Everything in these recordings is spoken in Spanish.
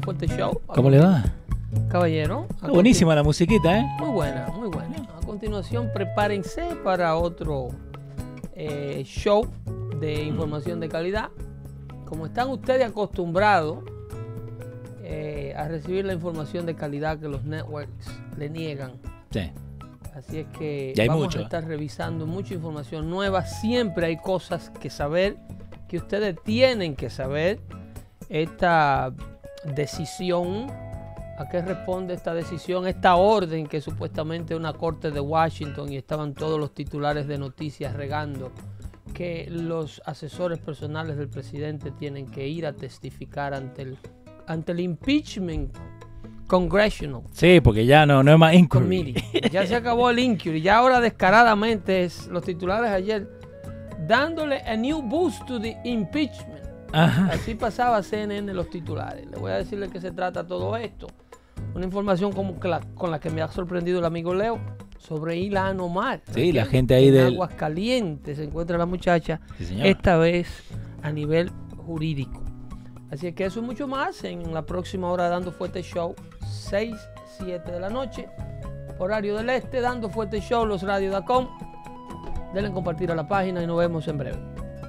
Fuerte Show. ¿Cómo le va? Caballero. Buenísima la musiquita, ¿eh? Muy buena, muy buena. A continuación, prepárense para otro show de información de calidad. Como están ustedes acostumbrados a recibir la información de calidad que los networks le niegan. Sí. Así es que vamos a estar revisando mucha información nueva. Siempre hay cosas que saber, que ustedes tienen que saber. Esta decisión, ¿a qué responde esta decisión? Esta orden que supuestamente es una corte de Washington y estaban todos los titulares de noticias regando que los asesores personales del presidente tienen que ir a testificar ante el impeachment congressional. Sí, porque ya no es más inquiry. Ya se acabó el inquiry. Ya ahora descaradamente los titulares ayer dándole a new boost to the impeachment. Ajá. Así pasaba CNN los titulares. Le voy a decir de qué se trata todo esto. Una información con la que me ha sorprendido el amigo Leo sobre Ilhan Omar. Sí, la gente ahí de Aguascalientes se encuentra la muchacha, sí, esta vez a nivel jurídico. Así es que eso y mucho más en la próxima hora de Dando Fuerte Show, 6, 7 de la noche, horario del este, Dando Fuerte Show, losradio.com. Denle compartir a la página y nos vemos en breve.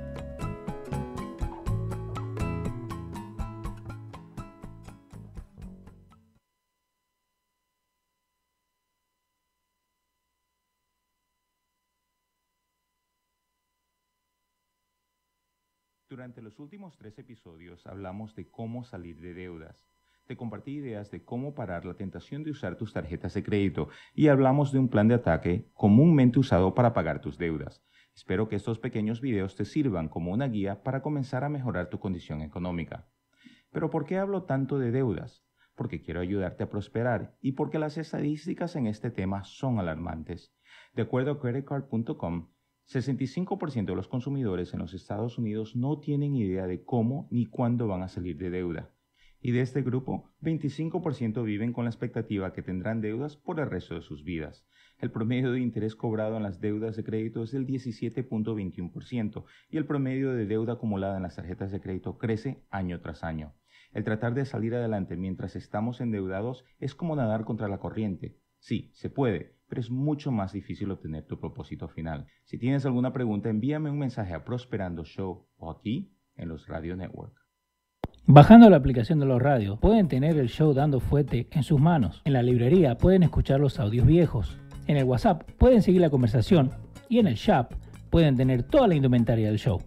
Durante los últimos 3 episodios hablamos de cómo salir de deudas. Te compartí ideas de cómo parar la tentación de usar tus tarjetas de crédito y hablamos de un plan de ataque comúnmente usado para pagar tus deudas. Espero que estos pequeños videos te sirvan como una guía para comenzar a mejorar tu condición económica. Pero ¿por qué hablo tanto de deudas? Porque quiero ayudarte a prosperar y porque las estadísticas en este tema son alarmantes. De acuerdo a creditcard.com, 65% de los consumidores en los Estados Unidos no tienen idea de cómo ni cuándo van a salir de deuda. Y de este grupo, 25% viven con la expectativa que tendrán deudas por el resto de sus vidas. El promedio de interés cobrado en las deudas de crédito es del 17.21% y el promedio de deuda acumulada en las tarjetas de crédito crece año tras año. El tratar de salir adelante mientras estamos endeudados es como nadar contra la corriente. Sí, se puede, pero es mucho más difícil obtener tu propósito final. Si tienes alguna pregunta, envíame un mensaje a Prosperando Show o aquí en Los Radio Network. Bajando la aplicación de Los Radios, pueden tener el show Dando Fuerte en sus manos. En la librería pueden escuchar los audios viejos. En el WhatsApp pueden seguir la conversación y en el shop pueden tener toda la indumentaria del show.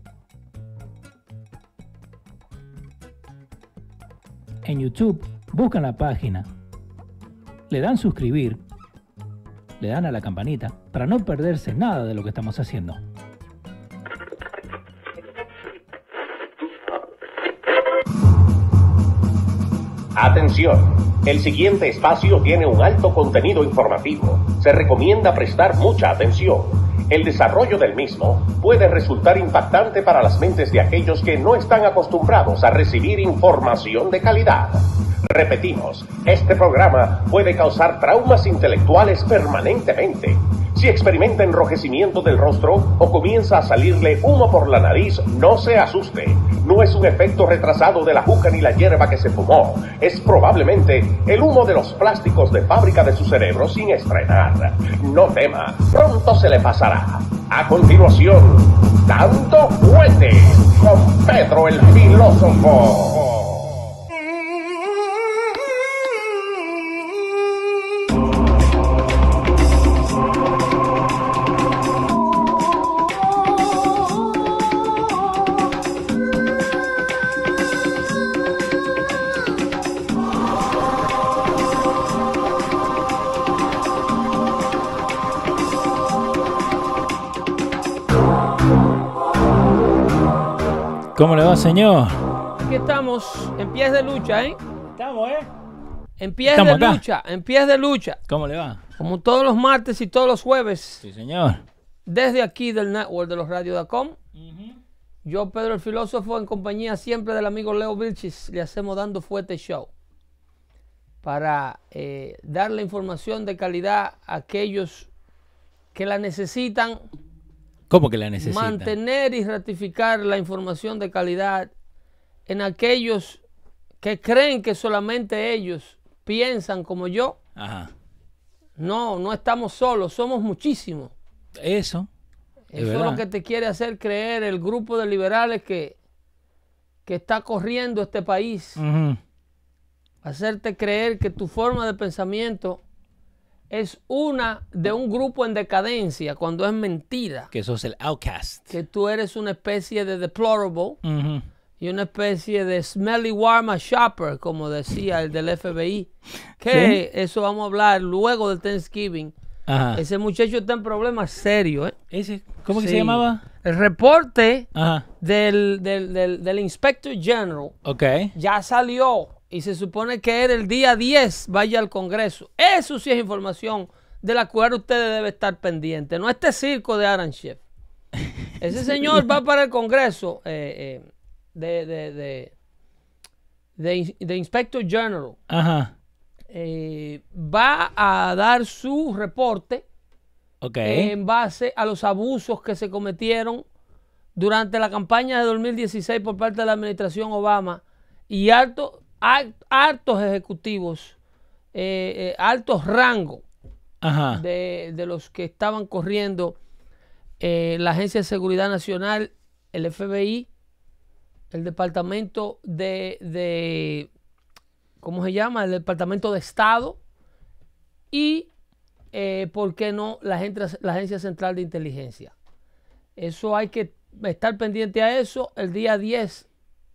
En YouTube buscan la página, le dan suscribir, le dan a la campanita para no perderse nada de lo que estamos haciendo. Atención, el siguiente espacio tiene un alto contenido informativo. Se recomienda prestar mucha atención. El desarrollo del mismo puede resultar impactante para las mentes de aquellos que no están acostumbrados a recibir información de calidad. Repetimos, este programa puede causar traumas intelectuales permanentemente. Si experimenta enrojecimiento del rostro o comienza a salirle humo por la nariz, no se asuste. No es un efecto retrasado de la juca ni la hierba que se fumó. Es probablemente el humo de los plásticos de fábrica de su cerebro sin estrenar. No tema, pronto se le pasará. A continuación, Dando Fuerte con Pedro el Filósofo. ¿Cómo le va, señor? Aquí estamos en pies de lucha, ¿eh? Estamos, En pies Estamos de acá. lucha, en pies de lucha. ¿Cómo le va? Como todos los martes y todos los jueves. Sí, señor. Desde aquí del network de losradio.com. Yo, Pedro el Filósofo, en compañía siempre del amigo Leo Vilchis, le hacemos Dando Fuerte Show para darle información de calidad a aquellos que la necesitan. ¿Cómo que la necesitan? Mantener y ratificar la información de calidad en aquellos que creen que solamente ellos piensan como yo. Ajá. No estamos solos, somos muchísimos. Eso Es lo que te quiere hacer creer el grupo de liberales que está corriendo este país. Hacerte creer que tu forma de pensamiento es una de un grupo en decadencia, cuando es mentira. Que sos el outcast. Que tú eres una especie de deplorable y una especie de smelly warma shopper, como decía el del FBI. Que eso vamos a hablar luego del Thanksgiving. Ajá. Ese muchacho está en problemas serios. ¿Cómo que se llamaba? El reporte Ajá. del Inspector General ya salió. Y se supone que era el día 10, vaya al Congreso. Eso sí es información de la cual ustedes deben estar pendientes. No este circo de Aaron Schiff. Ese señor va para el Congreso de Inspector General. Ajá. Va a dar su reporte en base a los abusos que se cometieron durante la campaña de 2016 por parte de la administración Obama y altos ejecutivos, altos rangos de los que estaban corriendo la Agencia de Seguridad Nacional, el FBI, el Departamento de ¿cómo se llama? El Departamento de Estado y, ¿por qué no? La Agencia Central de Inteligencia. Eso hay que estar pendiente a eso. El día 10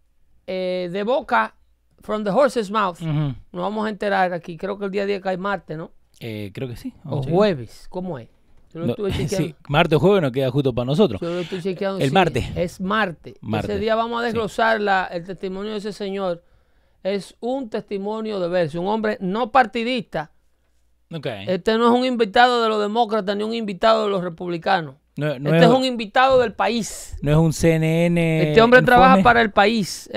de boca, from the horse's mouth, nos vamos a enterar aquí. Creo que el día 10 cae martes, ¿no? Creo que sí. O jueves, ¿cómo es? Sí, martes o jueves nos queda justo para nosotros. Yo lo estoy chequeando. El martes. Es martes. Ese día vamos a desglosar el testimonio de ese señor. Es un testimonio de verse. Un hombre no partidista. Este no es un invitado de los demócratas ni un invitado de los republicanos. Este es un invitado del país. No es un CNN. Este hombre trabaja para el país.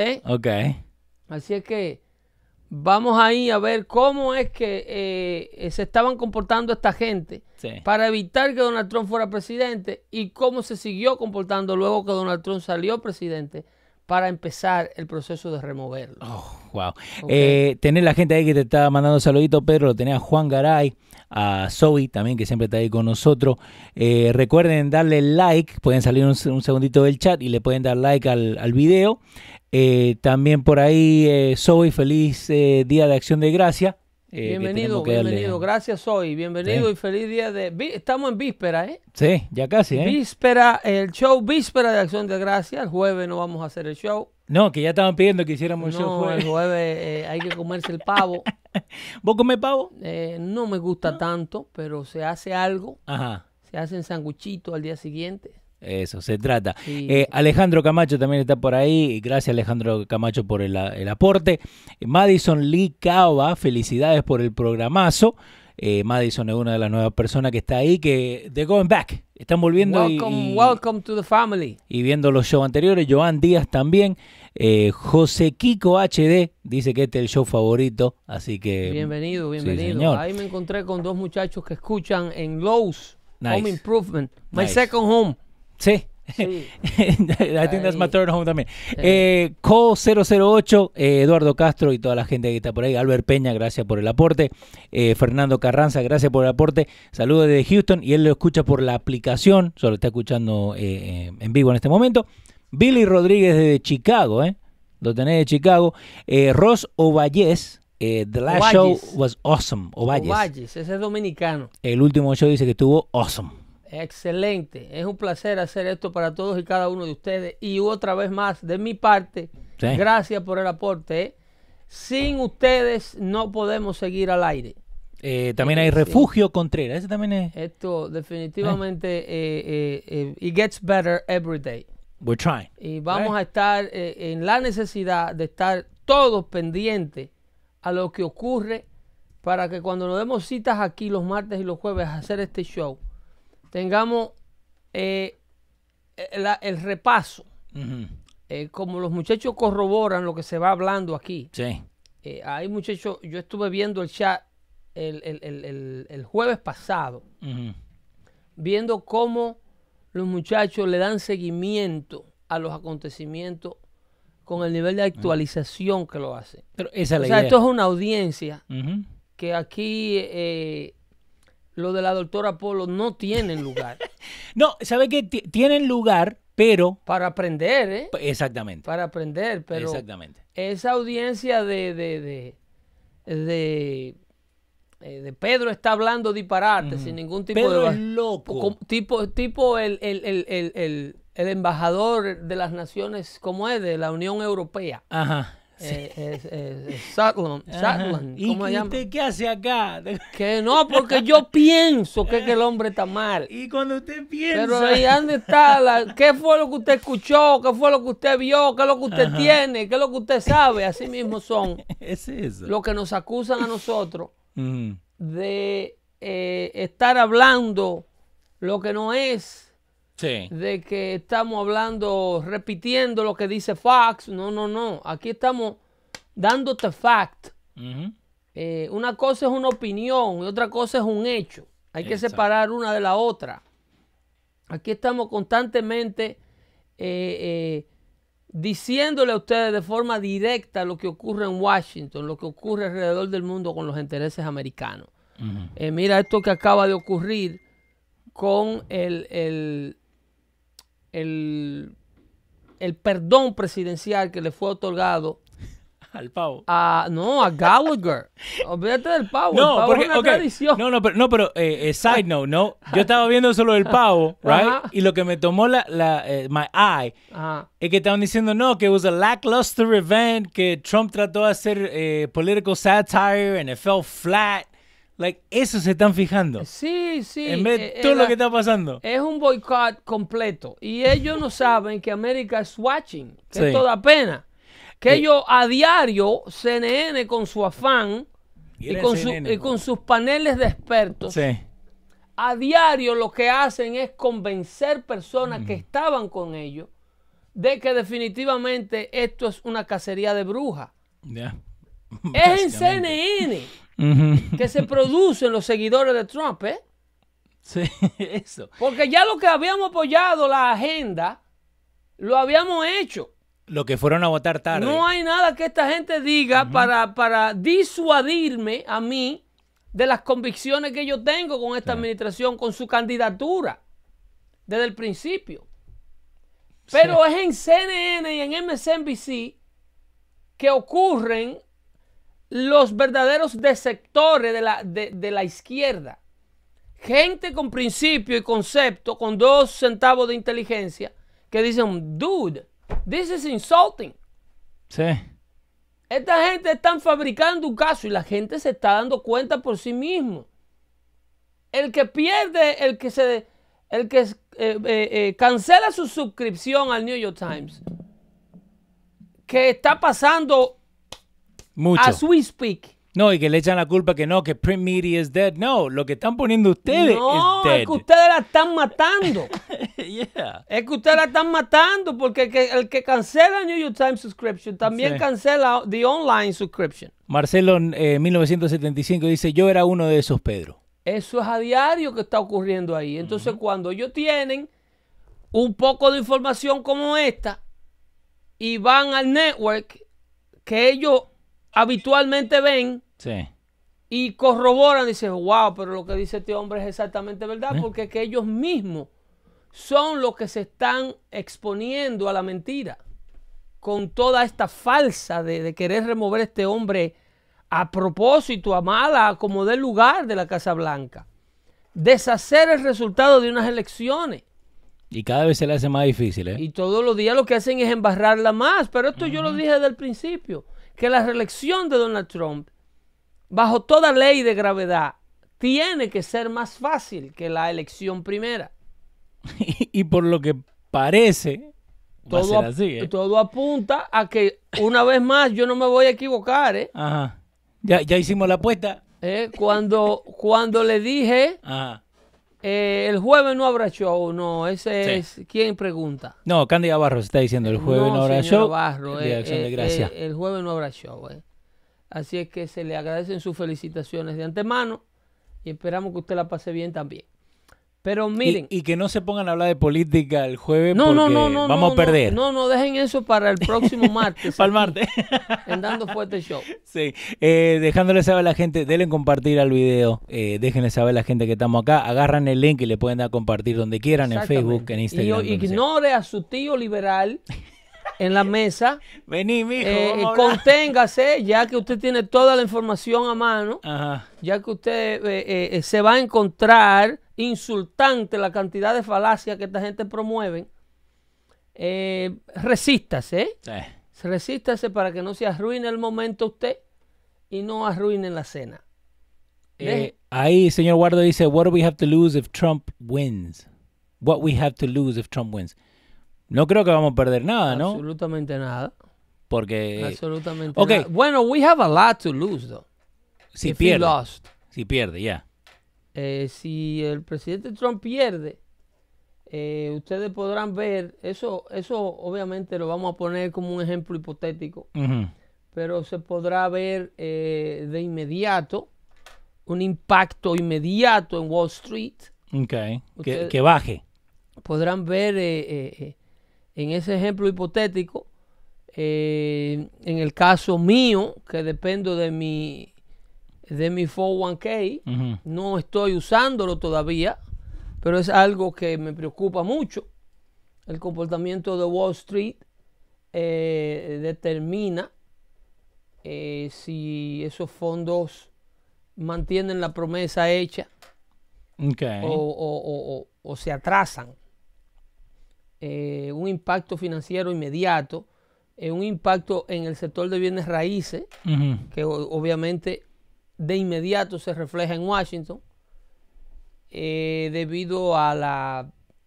Así es que vamos ahí a ver cómo es que se estaban comportando esta gente para evitar que Donald Trump fuera presidente y cómo se siguió comportando luego que Donald Trump salió presidente para empezar el proceso de removerlo. Wow. Tenés la gente ahí que te está mandando saluditos, Pedro. Lo tenés a Juan Garay, a Zoe también, que siempre está ahí con nosotros. Recuerden darle like, pueden salir un segundito del chat y le pueden dar like al video. También por ahí, Zoe, feliz Día de Acción de Gracia. Bienvenido. Gracias, Zoe. Bienvenido y feliz día de... Estamos en víspera, Sí, ya casi, Víspera, el show víspera de Acción de Gracia. El jueves no vamos a hacer el show. No, que ya estaban pidiendo que hiciéramos el show jueves. El jueves hay que comerse el pavo. ¿Vos comés pavo? No me gusta tanto, pero se hace algo. Ajá. Se hacen sanguchitos al día siguiente. Eso, se trata. Sí. Alejandro Camacho también está por ahí. Gracias, Alejandro Camacho, por el aporte. Madison Lee Cava, felicidades por el programazo. Madison es una de las nuevas personas que está ahí, que they're going back. Están volviendo. Welcome to the family. Y viendo los shows anteriores. Joan Díaz también. José Kiko HD dice que este es el show favorito. Así que... Bienvenido. Sí, ahí me encontré con dos muchachos que escuchan en Lowe's. Nice. Home Improvement. My Nice. second home. Sí. I think that's my third home también. Co008, Eduardo Castro y toda la gente que está por ahí. Albert Peña, gracias por el aporte. Fernando Carranza, gracias por el aporte. Saludos desde Houston y él lo escucha por la aplicación. Solo está escuchando en vivo en este momento. Billy Rodríguez desde Chicago, lo tenés de Chicago. Ross Ovalles. The last show was awesome. Ovalles, ese es dominicano. El último show dice que estuvo awesome. Excelente. Es un placer hacer esto para todos y cada uno de ustedes. Y otra vez más, de mi parte, gracias por el aporte. Sin ustedes no podemos seguir al aire. También hay Refugio Contreras. Ese también es... Esto definitivamente it gets better every day. We're trying. Y vamos a estar en la necesidad de estar todos pendientes a lo que ocurre para que cuando nos demos citas aquí los martes y los jueves a hacer este show, tengamos el repaso. Como los muchachos corroboran lo que se va hablando aquí. Sí. Hay muchachos, yo estuve viendo el chat el jueves pasado, viendo cómo los muchachos le dan seguimiento a los acontecimientos con el nivel de actualización que lo hace. Pero esa es la O sea, idea. esto es una audiencia Ujú. que aquí lo de la doctora Polo no tienen lugar. No, ¿sabe qué? Tienen lugar, pero... Para aprender, ¿eh? Exactamente. Para aprender, pero Exactamente. esa audiencia de Pedro está hablando disparate sin ningún tipo Pedro de... es loco. Tipo el embajador de las naciones, como es, de la Unión Europea. Ajá. Sutherland, ¿cómo se ¿Y llama? usted qué hace acá? Que no, porque yo pienso que el hombre está mal. Y cuando usted piensa... Pero ahí, ¿dónde está? ¿Qué fue lo que usted escuchó? ¿Qué fue lo que usted vio? ¿Qué es lo que usted tiene? ¿Qué es lo que usted sabe? Así mismo son Es eso. los que nos acusan a nosotros Ujú. de estar hablando lo que no es, Sí. de que estamos hablando, repitiendo lo que dice Fox. No. Aquí estamos dándote fact. Ujú. Una cosa es una opinión y otra cosa es un hecho. Hay que Exacto. separar una de la otra. Aquí estamos constantemente diciéndole a ustedes de forma directa lo que ocurre en Washington, lo que ocurre alrededor del mundo con los intereses americanos. Ujú. Mira esto que acaba de ocurrir con el perdón presidencial que le fue otorgado Al pavo. a Gallagher. Olvídate del pavo. El No, pavo porque, es una ok, tradición. pero side note, ¿no? Yo estaba viendo solo el pavo, right? Ajá. Y lo que me tomó my eye Ajá. es que estaban diciendo, no, que it was a lackluster event, que Trump trató de hacer political satire and it fell flat. Like, eso se están fijando. Sí. En vez de todo lo que está pasando. Es un boicot completo. Y ellos no saben que América es watching. Que Sí. esto da pena. Que ellos a diario, CNN con su afán y Era con, CNN, y con sus paneles de expertos, Sí. a diario lo que hacen es convencer personas que estaban con ellos de que definitivamente esto es una cacería de brujas. Ya. Es en Básicamente. CNN Ujú. que se producen los seguidores de Trump, ¿eh? Sí, eso. Porque ya lo que habíamos apoyado la agenda, lo habíamos hecho. Lo que fueron a votar tarde. No hay nada que esta gente diga para disuadirme a mí de las convicciones que yo tengo con esta administración, con su candidatura, desde el principio. Pero es en CNN y en MSNBC que ocurren los verdaderos desertores de la izquierda. Gente con principio y concepto, con 2 centavos de inteligencia, que dicen, dude, this is insulting. Sí. Esta gente están fabricando un caso y la gente se está dando cuenta por sí mismo. El que pierde, el que cancela su suscripción al New York Times, que está pasando Mucho. as we speak. No, y que le echan la culpa que no, que print media is dead. No, lo que están poniendo ustedes No, es dead. es que ustedes la están matando. Yeah. Es que ustedes la están matando porque el que cancela New York Times subscription también Sí. cancela the online subscription. Marcelo 1975 dice, yo era uno de esos, Pedro. Eso es a diario que está ocurriendo ahí. Entonces, cuando ellos tienen un poco de información como esta y van al network que ellos habitualmente ven Sí. y corroboran, dicen, wow, pero lo que dice este hombre es exactamente verdad, porque es que ellos mismos son los que se están exponiendo a la mentira con toda esta falsa de querer remover a este hombre a propósito, a mala, como del lugar de la Casa Blanca. Deshacer el resultado de unas elecciones. Y cada vez se le hace más difícil, ¿eh? Y todos los días lo que hacen es embarrarla más. Pero esto yo lo dije desde el principio, que la reelección de Donald Trump, bajo toda ley de gravedad, tiene que ser más fácil que la elección primera. Y por lo que parece, va a Todo, ser así, ¿eh? todo apunta a que una vez más yo no me voy a equivocar, ¿eh? Ajá. Ya hicimos la apuesta. Cuando le dije, Ajá. el jueves no habrá show, no, ese Sí. es quien pregunta. No, Cándida Barros está diciendo el jueves no habrá señor show. Barro, Día de Acción de Gracia. el jueves no habrá show. Así es que se le agradecen sus felicitaciones de antemano y esperamos que usted la pase bien también. Pero miren. Y que no se pongan a hablar de política el jueves porque vamos a perder. No, dejen eso para el próximo martes. Para el martes. En Dando Fuerte Show. Sí. Dejándole saber a la gente, denle compartir al video. Déjenle saber a la gente que estamos acá. Agarran el link y le pueden dar a compartir donde quieran, en Facebook, en Instagram. Y ignore a su tío liberal en la mesa. Vení, mijo. Conténgase, ya que usted tiene toda la información a mano. Ajá. Ya que usted se va a encontrar insultante la cantidad de falacias que esta gente promueve. Resístase. Resístase para que no se arruine el momento usted y no arruine la cena. Ahí, señor Guardo dice, what do we have to lose if Trump wins? What we have to lose if Trump wins. No creo que vamos a perder nada, ¿no? Absolutamente nada. Porque... Absolutamente nada. Bueno, we have a lot to lose, though. Si pierde. Si pierde, ya. Si el presidente Trump pierde, ustedes podrán ver, eso obviamente lo vamos a poner como un ejemplo hipotético, pero se podrá ver de inmediato, un impacto inmediato en Wall Street. Okay. Que baje. Podrán ver en ese ejemplo hipotético, en el caso mío, que dependo de mi 401k, no estoy usándolo todavía, pero es algo que me preocupa mucho. El comportamiento de Wall Street determina si esos fondos mantienen la promesa hecha o se atrasan. Un impacto financiero inmediato, un impacto en el sector de bienes raíces, que obviamente de inmediato se refleja en Washington, debido a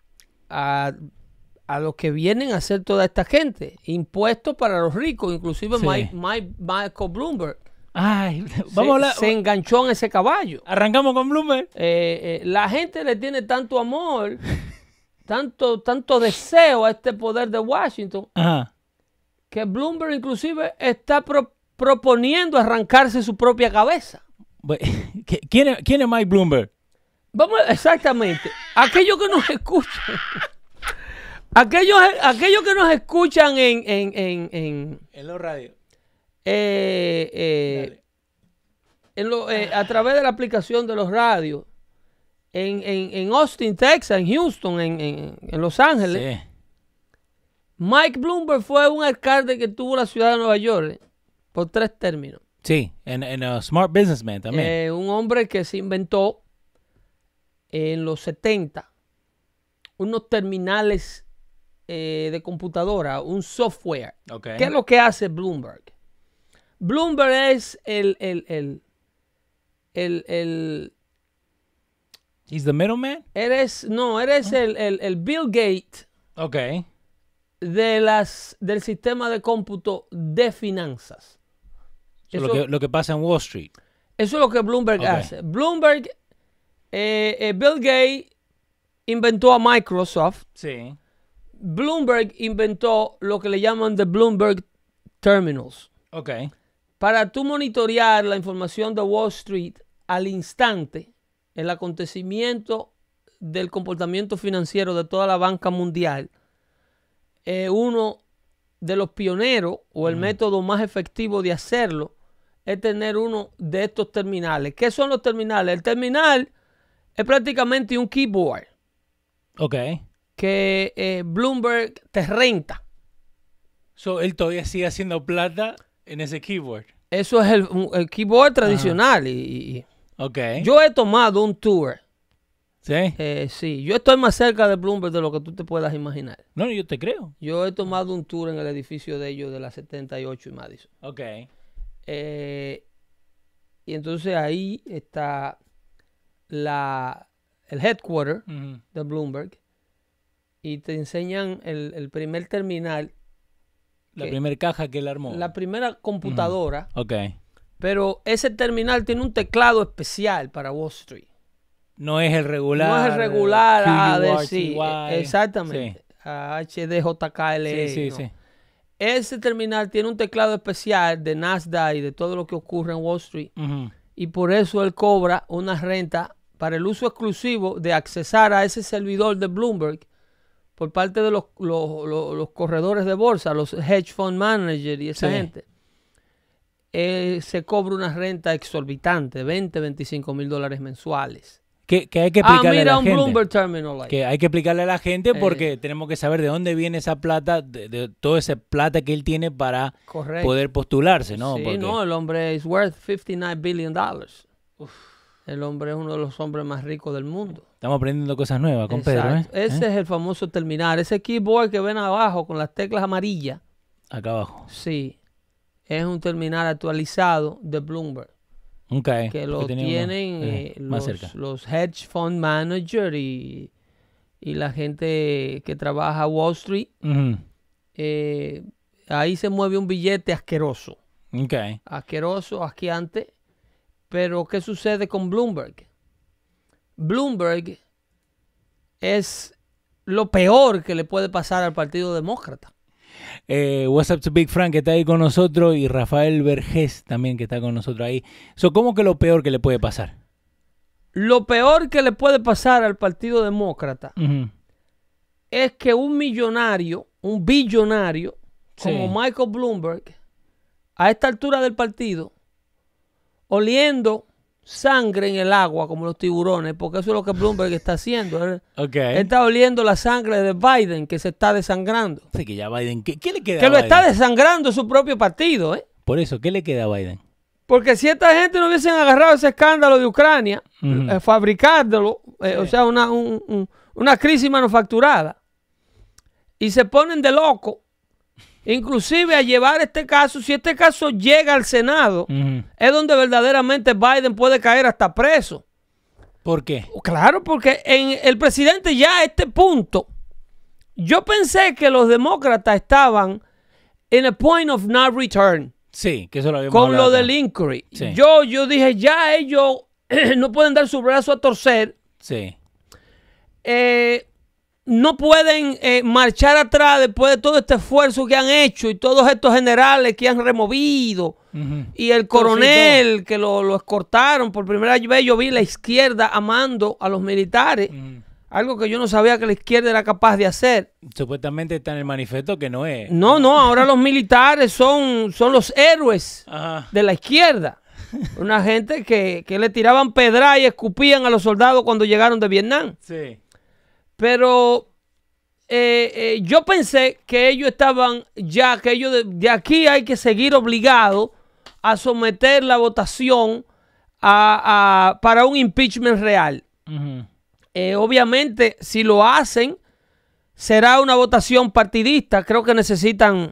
lo que vienen a hacer toda esta gente, impuestos para los ricos, inclusive Michael Bloomberg. Ay, vamos a hablar. Se enganchó en ese caballo. Arrancamos con Bloomberg. La gente le tiene tanto amor, tanto deseo a este poder de Washington, que Bloomberg inclusive está proponiendo arrancarse su propia cabeza. ¿Quién es Mike Bloomberg? Exactamente. Aquellos que nos escuchan. Aquellos que nos escuchan en los radios. A través de la aplicación de los radios. En Austin, Texas, en Houston, en Los Ángeles. Sí. Mike Bloomberg fue un alcalde que tuvo la ciudad de Nueva York por 3 términos. Sí, en Smart Businessman también. Un hombre que se inventó en los 70 unos terminales de computadora, un software. Okay. ¿Qué es lo que hace Bloomberg? Bloomberg es el He's the middleman? Eres el Bill Gates. Okay. Del sistema de cómputo de finanzas. Lo que pasa en Wall Street. Eso es lo que Bloomberg hace. Bloomberg, Bill Gates inventó a Microsoft. Sí. Bloomberg inventó lo que le llaman the Bloomberg Terminals. Okay. Para tú monitorear la información de Wall Street al instante, el acontecimiento del comportamiento financiero de toda la banca mundial, uno de los pioneros o el método más efectivo de hacerlo es tener uno de estos terminales. ¿Qué son los terminales? El terminal es prácticamente un keyboard. Ok. Que Bloomberg te renta. So, él todavía sigue haciendo plata en ese keyboard. Eso es el keyboard tradicional. Okay. Yo he tomado un tour. ¿Sí? Sí, yo estoy más cerca de Bloomberg de lo que tú te puedas imaginar. No, yo te creo. Yo he tomado un tour en el edificio de ellos de la 78 y Madison. Ok. Y entonces ahí está el headquarter de Bloomberg y te enseñan el primer terminal. La primera caja que él armó. La primera computadora. Ok. Pero ese terminal tiene un teclado especial para Wall Street. No es el regular. No es el regular ADC. Exactamente. Sí. HDJKL. Sí, no. sí. Ese terminal tiene un teclado especial de Nasdaq y de todo lo que ocurre en Wall Street. Y por eso él cobra una renta para el uso exclusivo de accesar a ese servidor de Bloomberg por parte de los corredores de bolsa, los hedge fund managers y esa gente, se cobra una renta exorbitante, 20, 25 mil dólares mensuales. Que hay que explicarle a la gente. Bloomberg terminal ahí. Que hay que explicarle a la gente porque tenemos que saber de dónde viene esa plata, de toda esa plata que él tiene para poder postularse, ¿no? Sí, porque... no, el hombre es worth $59 billion. El hombre es uno de los hombres más ricos del mundo. Estamos aprendiendo cosas nuevas con Pedro, ¿eh? Ese es el famoso terminal. Ese keyboard que ven abajo con las teclas amarillas. Acá abajo. Sí. Es un terminal actualizado de Bloomberg. Okay. Que lo tienen los hedge fund managers y la gente que trabaja a Wall Street. Ahí se mueve un billete asqueroso. Okay. Asqueroso, asqueante. Pero, ¿qué sucede con Bloomberg? Bloomberg es lo peor que le puede pasar al Partido Demócrata. What's up to Big Frank, que está ahí con nosotros, y Rafael Vergés también, que está con nosotros ahí. ¿Cómo que lo peor que le puede pasar? Lo peor que le puede pasar al Partido Demócrata es que un millonario, un billonario, como Michael Bloomberg, a esta altura del partido, oliendo sangre en el agua como los tiburones, porque eso es lo que Bloomberg está haciendo. Él está oliendo la sangre de Biden, que se está desangrando. Sí, que ya Biden, ¿qué le queda que a lo Biden? Está desangrando su propio partido, ¿eh? Por eso, ¿qué le queda a Biden? Porque si esta gente no hubiesen agarrado ese escándalo de Ucrania, fabricándolo, o sea, una crisis manufacturada, y se ponen de loco, inclusive a llevar este caso, si este caso llega al Senado, es donde verdaderamente Biden puede caer hasta preso. ¿Por qué? Claro, porque el presidente ya a este punto, yo pensé que los demócratas estaban en a point of no return. Sí, que eso lo habíamos con hablado lo acá. del inquiry. Sí. Yo dije, ya ellos no pueden dar su brazo a torcer. Sí. No pueden marchar atrás después de todo este esfuerzo que han hecho y todos estos generales que han removido y el coronel que lo escortaron. Por primera vez yo vi la izquierda amando a los militares, algo que yo no sabía que la izquierda era capaz de hacer. Supuestamente está en el manifiesto que no es. No, ahora los militares son los héroes de la izquierda. Una gente que le tiraban pedra y escupían a los soldados cuando llegaron de Vietnam. Sí. Pero yo pensé que ellos estaban ya, que ellos de aquí hay que seguir obligados a someter la votación para un impeachment real. Obviamente, si lo hacen, será una votación partidista. Creo que necesitan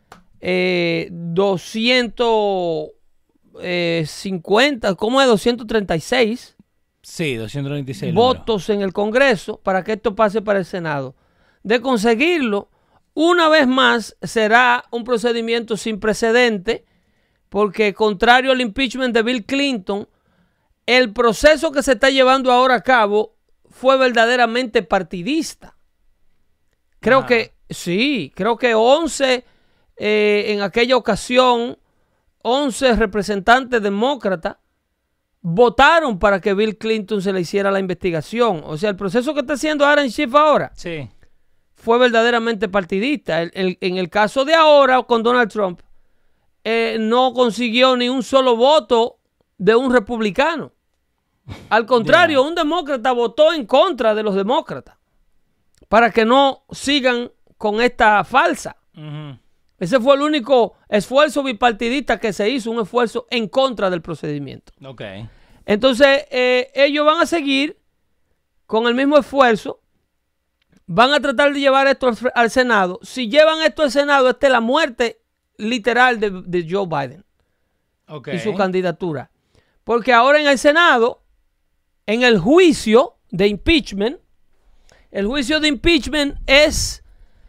250, ¿cómo es? 236. Sí, 296 votos en el Congreso para que esto pase para el Senado. De conseguirlo, una vez más será un procedimiento sin precedente, porque contrario al impeachment de Bill Clinton, el proceso que se está llevando ahora a cabo fue verdaderamente partidista. Creo que 11 en aquella ocasión, 11 representantes demócratas votaron para que Bill Clinton se le hiciera la investigación. O sea, el proceso que está haciendo Aaron Schiff ahora fue verdaderamente partidista. En el caso de ahora con Donald Trump, no consiguió ni un solo voto de un republicano. Al contrario, un demócrata votó en contra de los demócratas para que no sigan con esta farsa. Ese fue el único esfuerzo bipartidista que se hizo, un esfuerzo en contra del procedimiento. Entonces, ellos van a seguir con el mismo esfuerzo, van a tratar de llevar esto al Senado. Si llevan esto al Senado, esta es la muerte literal de Joe Biden y su candidatura. Porque ahora en el Senado, en el juicio de impeachment, el juicio de impeachment es...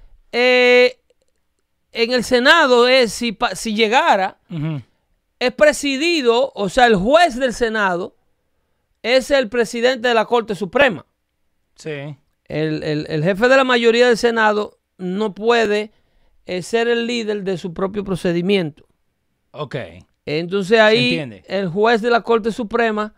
en el Senado es, si llegara, es presidido, o sea, el juez del Senado es el presidente de la Corte Suprema. Sí. El jefe de la mayoría del Senado no puede ser el líder de su propio procedimiento. Entonces ahí el juez de la Corte Suprema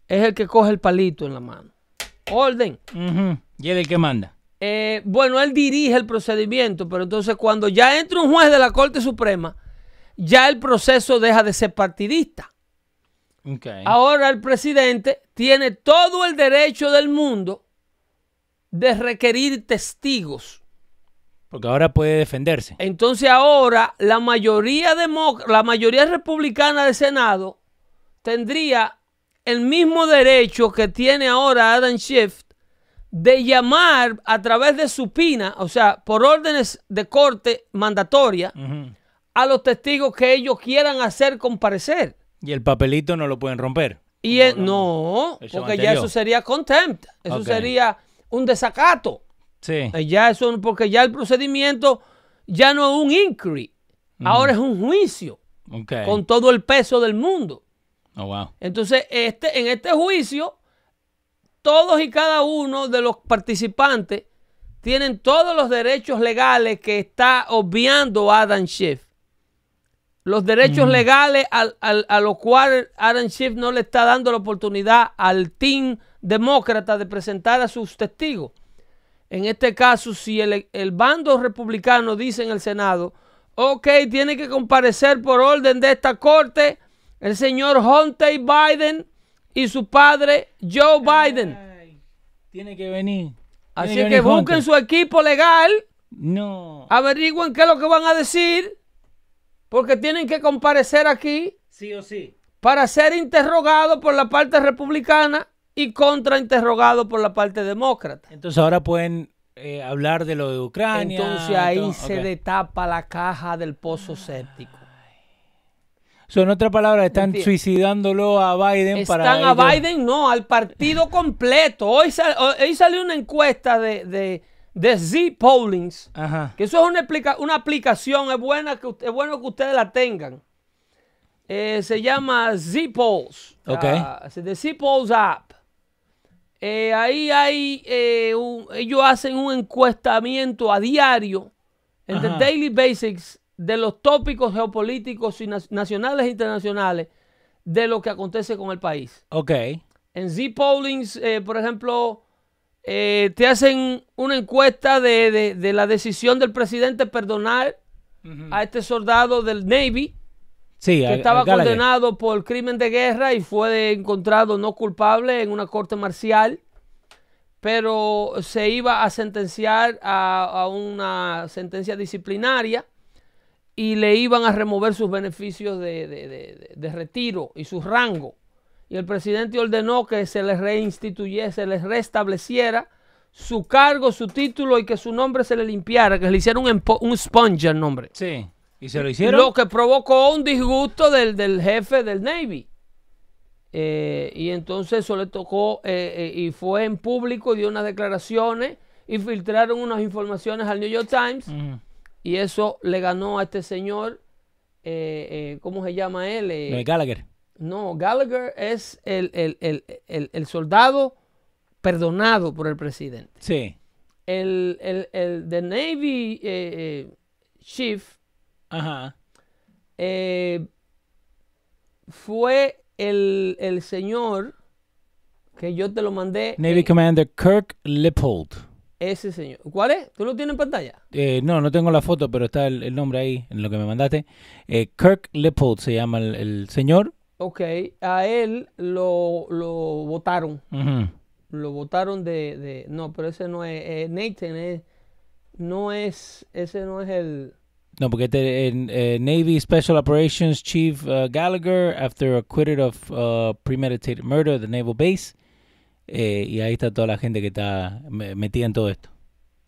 es el que coge el palito en la mano. Orden. Y él es el que manda. Bueno, él dirige el procedimiento, pero entonces cuando ya entra un juez de la Corte Suprema, ya el proceso deja de ser partidista. Okay. Ahora el presidente tiene todo el derecho del mundo de requerir testigos. Porque ahora puede defenderse. Entonces ahora la mayoría republicana del Senado tendría el mismo derecho que tiene ahora Adam Schiff de llamar a través de subpoena, o sea, por órdenes de corte mandatoria, a los testigos que ellos quieran hacer comparecer. Y el papelito no lo pueden romper. Y no, porque ya eso sería contempt, eso sería un desacato. Sí. Ya eso, porque ya el procedimiento ya no es un inquiry, ahora es un juicio con todo el peso del mundo. Oh, wow. Entonces, en este juicio, todos y cada uno de los participantes tienen todos los derechos legales que está obviando Adam Schiff. Los derechos legales a los cuales Adam Schiff no le está dando la oportunidad al team demócrata de presentar a sus testigos. En este caso, si el bando republicano dice en el Senado, ok, tiene que comparecer por orden de esta corte el señor Hunter Biden y su padre Joe Biden. Ay, tiene que venir. Así que busquen su equipo legal. No. Averigüen qué es lo que van a decir. Porque tienen que comparecer aquí. Sí o sí. Para ser interrogados por la parte republicana y contrainterrogados por la parte demócrata. Entonces ahora pueden hablar de lo de Ucrania. Entonces ahí se destapa la caja del pozo séptico. En otras palabras, están suicidándolo a Biden. Están a Biden, no, al partido completo. Hoy salió una encuesta de Z Pollings, que eso es una aplicación, es bueno que ustedes la tengan. Se llama Z Polls, de Z Polls App. Ahí hay, ellos hacen un encuestamiento a diario, en the daily basics, de los tópicos geopolíticos nacionales e internacionales de lo que acontece con el país. En Z Pollings, por ejemplo, te hacen una encuesta de la decisión del presidente perdonar a este soldado del Navy que estaba condenado por crimen de guerra y fue encontrado no culpable en una corte marcial, pero se iba a sentenciar a una sentencia disciplinaria y le iban a remover sus beneficios de retiro y su rango. Y el presidente ordenó que se les reinstituyese, se les restableciera su cargo, su título y que su nombre se le limpiara, que le hicieron un sponge al nombre. Sí, y se lo hicieron. Lo que provocó un disgusto del jefe del Navy. Y entonces eso le tocó, y fue en público, dio unas declaraciones y filtraron unas informaciones al New York Times. Y eso le ganó a este señor, ¿cómo se llama él? Gallagher. No, Gallagher es el soldado perdonado por el presidente. Sí. El de Navy Chief fue el señor que yo te lo mandé. Navy Commander Kirk Lippold. Ese señor. ¿Cuál es? ¿Tú lo tienes en pantalla? No tengo la foto, pero está el nombre ahí en lo que me mandaste. Kirk Lippold se llama el señor. Ok, a él lo votaron. Lo votaron no, pero ese no es Nathan, ese no es el... No, porque Navy Special Operations Chief Gallagher, after acquitted of premeditated murder at the Naval Base. Y ahí está toda la gente que está metida en todo esto.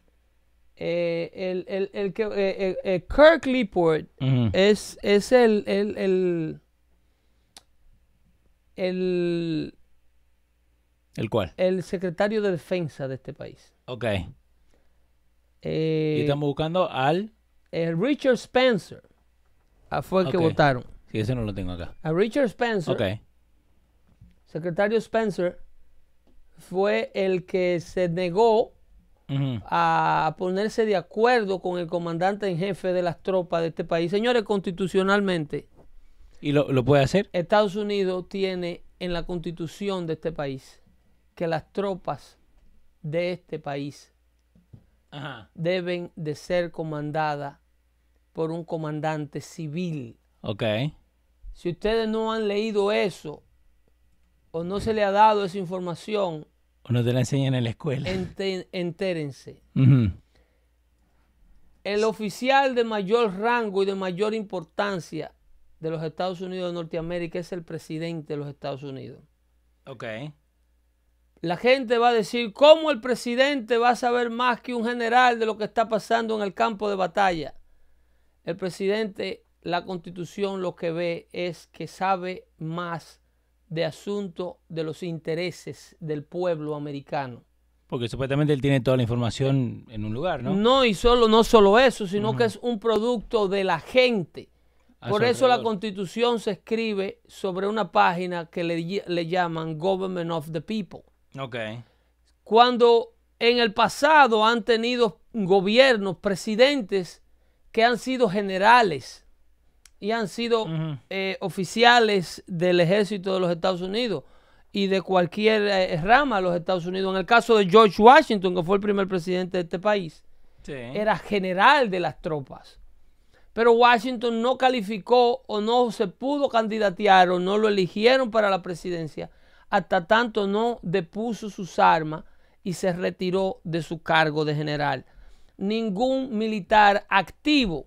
Kirk Lippold es el ¿El cuál? El secretario de defensa de este país. Ok. Y estamos buscando al... Richard Spencer. Fue el que votaron. Sí, ese no lo tengo acá. A Richard Spencer. Secretario Spencer fue el que se negó a ponerse de acuerdo con el comandante en jefe de las tropas de este país. Señores, constitucionalmente... ¿Y lo puede hacer? Estados Unidos tiene en la constitución de este país que las tropas de este país deben de ser comandadas por un comandante civil. Ok. Si ustedes no han leído eso o no se le ha dado esa información, O no te la enseñan en la escuela. entérense. Ujú. El oficial de mayor rango y de mayor importancia de los Estados Unidos de Norteamérica es el presidente de los Estados Unidos. Ok. La gente va a decir, ¿cómo el presidente va a saber más que un general de lo que está pasando en el campo de batalla? El presidente, la Constitución lo que ve es que sabe más de asuntos de los intereses del pueblo americano. Porque supuestamente él tiene toda la información en un lugar, ¿no? No solo eso, sino que es un producto de la gente. Por eso la Constitución se escribe sobre una página que le llaman Government of the People. Ok. Cuando en el pasado han tenido gobiernos, presidentes que han sido generales y han sido oficiales del ejército de los Estados Unidos y de cualquier rama de los Estados Unidos. En el caso de George Washington, que fue el primer presidente de este país, era general de las tropas. Pero Washington no calificó o no se pudo candidatear o no lo eligieron para la presidencia hasta tanto no depuso sus armas y se retiró de su cargo de general. Ningún militar activo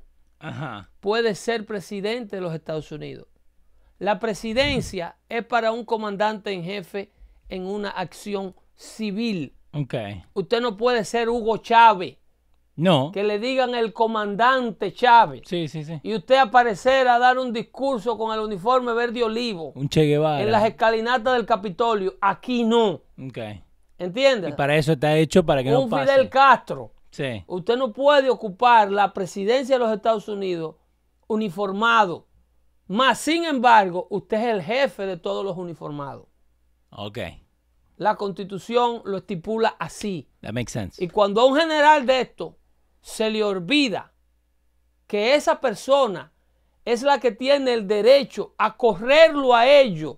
puede ser presidente de los Estados Unidos. La presidencia es para un comandante en jefe en una acción civil. Okay. Usted no puede ser Hugo Chávez. No. Que le digan el comandante Chávez. Sí, sí, sí. Y usted aparecer a dar un discurso con el uniforme verde olivo. Un Che Guevara. En las escalinatas del Capitolio. Aquí no. Okay. ¿Entiendes? Y para eso está hecho para que no pase. Un Fidel Castro. Sí. Usted no puede ocupar la presidencia de los Estados Unidos uniformado. Más sin embargo, usted es el jefe de todos los uniformados. Ok. La Constitución lo estipula así. That makes sense. Y cuando a un general de esto se le olvida que esa persona es la que tiene el derecho a correrlo a ellos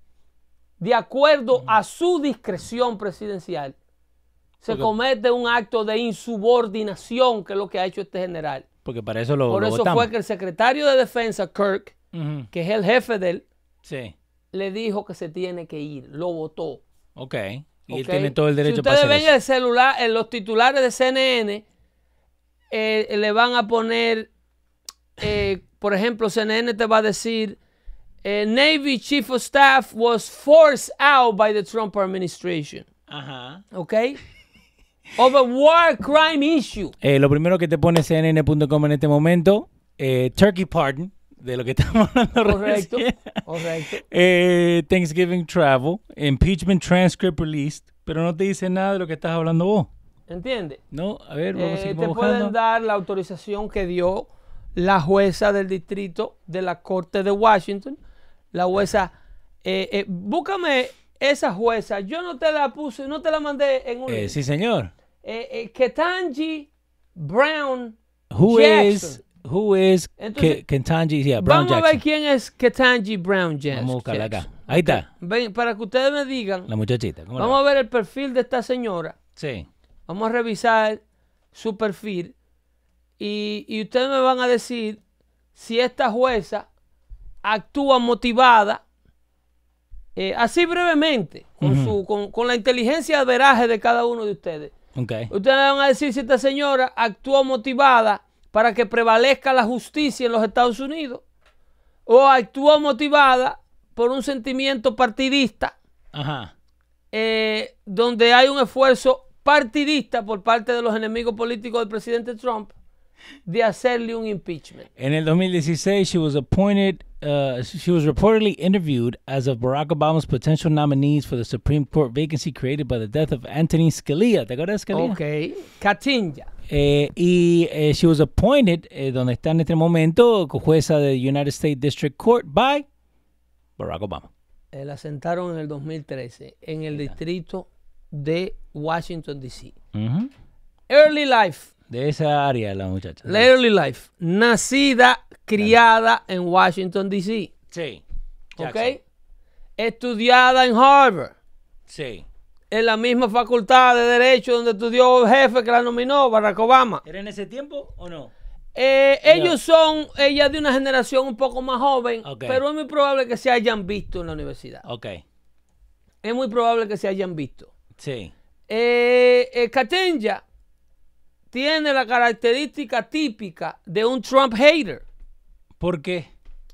de acuerdo a su discreción presidencial, se comete un acto de insubordinación, que es lo que ha hecho este general. Porque para eso lo Por eso votamos. fue que el secretario de Defensa, Kirk, que es el jefe de él, sí, le dijo que se tiene que ir. Lo votó. Ok. Y él tiene todo el derecho para hacer eso. Si ustedes ven el celular, en los titulares de CNN, le van a poner, por ejemplo, CNN te va a decir, Navy Chief of Staff was forced out by the Trump administration. Ajá. ¿Ok? Over war crime issue. Lo primero que te pone CNN.com en este momento, Turkey Pardon, de lo que estamos hablando. Correcto, recién. correcto. Thanksgiving Travel, Impeachment Transcript Released, pero no te dice nada de lo que estás hablando vos. ¿Entiendes? No, a ver, vamos a seguir te buscando. pueden dar la autorización que dio la jueza del distrito de la Corte de Washington. La jueza, búscame esa jueza. Yo no te la puse, no te la mandé en un... Sí, señor. Ketanji Brown Who is Entonces, Ketanji? Yeah, Brown vamos Jackson. a ver quién es Ketanji Brown Jackson. Vamos a buscarla acá. Ahí está. Ven, para que ustedes me digan. La muchachita. ¿Cómo Vamos a ver el perfil de esta señora. Sí. Vamos a revisar su perfil. Y ustedes me van a decir si esta jueza actúa motivada, así brevemente, con la inteligencia de veraje de cada uno de ustedes. Okay. Ustedes me van a decir si esta señora actúa motivada para que prevalezca la justicia en los Estados Unidos, o actúa motivada por un sentimiento partidista, donde hay un esfuerzo partidista por parte de los enemigos políticos del presidente Trump de hacerle un impeachment. En el 2016, she was reportedly interviewed as of Barack Obama's potential nominees for the Supreme Court vacancy created by the death of Anthony Scalia. ¿Te acuerdas de Scalia? Ok, Katinja. She was appointed, donde está en este momento, jueza de United States District Court by Barack Obama. La sentaron en el 2013 en el distrito de Washington, D.C. Early life. De esa área la muchacha. La early life. Nacida, criada en Washington, D.C. Sí. ¿Ok? estudiada en Harvard, Sí. en la misma facultad de Derecho donde estudió el jefe que la nominó, Barack Obama. ¿Era en ese tiempo o no? Ellos son, ella de una generación un poco más joven, Ok. pero es muy probable que se hayan visto en la universidad. Ok. Es muy probable que se hayan visto. Sí. Katenya tiene la característica típica de un Trump hater. ¿Por qué?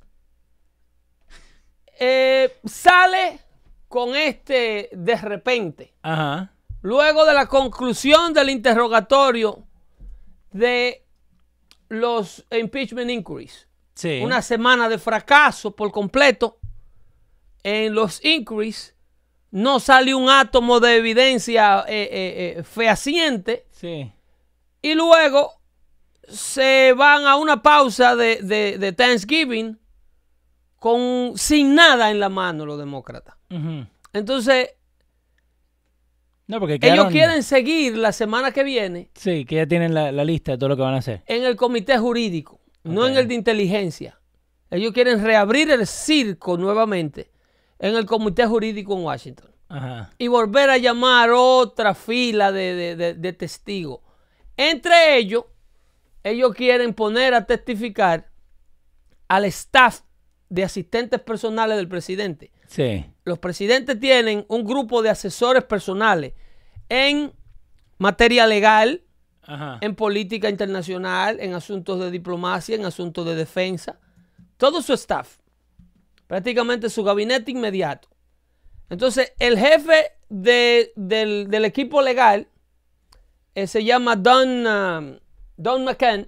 Sale con de repente, Ajá. luego de la conclusión del interrogatorio de los impeachment inquiries. Sí. Una semana de fracaso por completo en los inquiries. No sale un átomo de evidencia fehaciente. Sí. Y luego se van a una pausa de Thanksgiving sin nada en la mano los demócratas. Ujú. Entonces, No, porque ellos quieren seguir la semana que viene Sí, que ya tienen la lista de todo lo que van a hacer. en el comité jurídico, no Ok. en el de inteligencia. Ellos quieren reabrir el circo nuevamente en el comité jurídico en Washington Ajá. y volver a llamar otra fila de testigos. Entre ellos quieren poner a testificar al staff de asistentes personales del presidente. Sí. Los presidentes tienen un grupo de asesores personales en materia legal, Ajá. en política internacional, en asuntos de diplomacia, en asuntos de defensa. Todo su staff, prácticamente su gabinete inmediato. Entonces, el jefe del equipo legal se llama Don McGahn.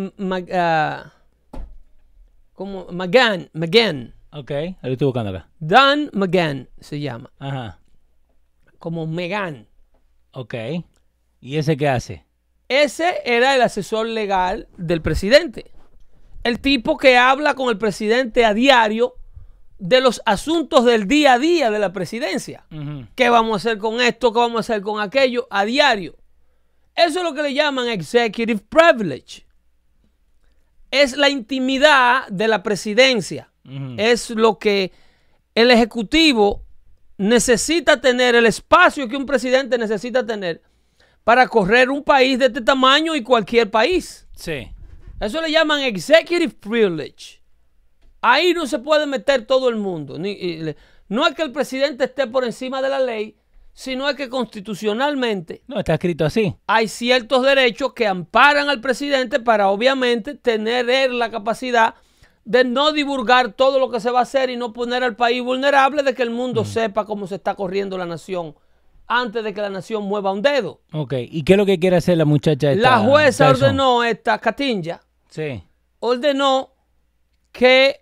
McGahn. Ok, lo estoy buscando acá. Don McGahn se llama, Ajá. como Megan. Ok. ¿Y ese qué hace? Ese era el asesor legal del presidente. El tipo que habla con el presidente a diario de los asuntos del día a día de la presidencia. Ujú. ¿Qué vamos a hacer con esto? ¿Qué vamos a hacer con aquello? A diario. Eso es lo que le llaman executive privilege. Es la intimidad de la presidencia. Ujú. Es lo que el ejecutivo necesita tener, el espacio que un presidente necesita tener para correr un país de este tamaño y cualquier país. Sí. Eso le llaman executive privilege. Ahí no se puede meter todo el mundo. No es que el presidente esté por encima de la ley, sino es que constitucionalmente No, está escrito así. hay ciertos derechos que amparan al presidente para obviamente tener él la capacidad de no divulgar todo lo que se va a hacer y no poner al país vulnerable de que el mundo sepa cómo se está corriendo la nación antes de que la nación mueva un dedo. Ok. ¿Y qué es lo que quiere hacer la muchacha esta? La jueza Tyson? ordenó, Katenya, Sí. ordenó que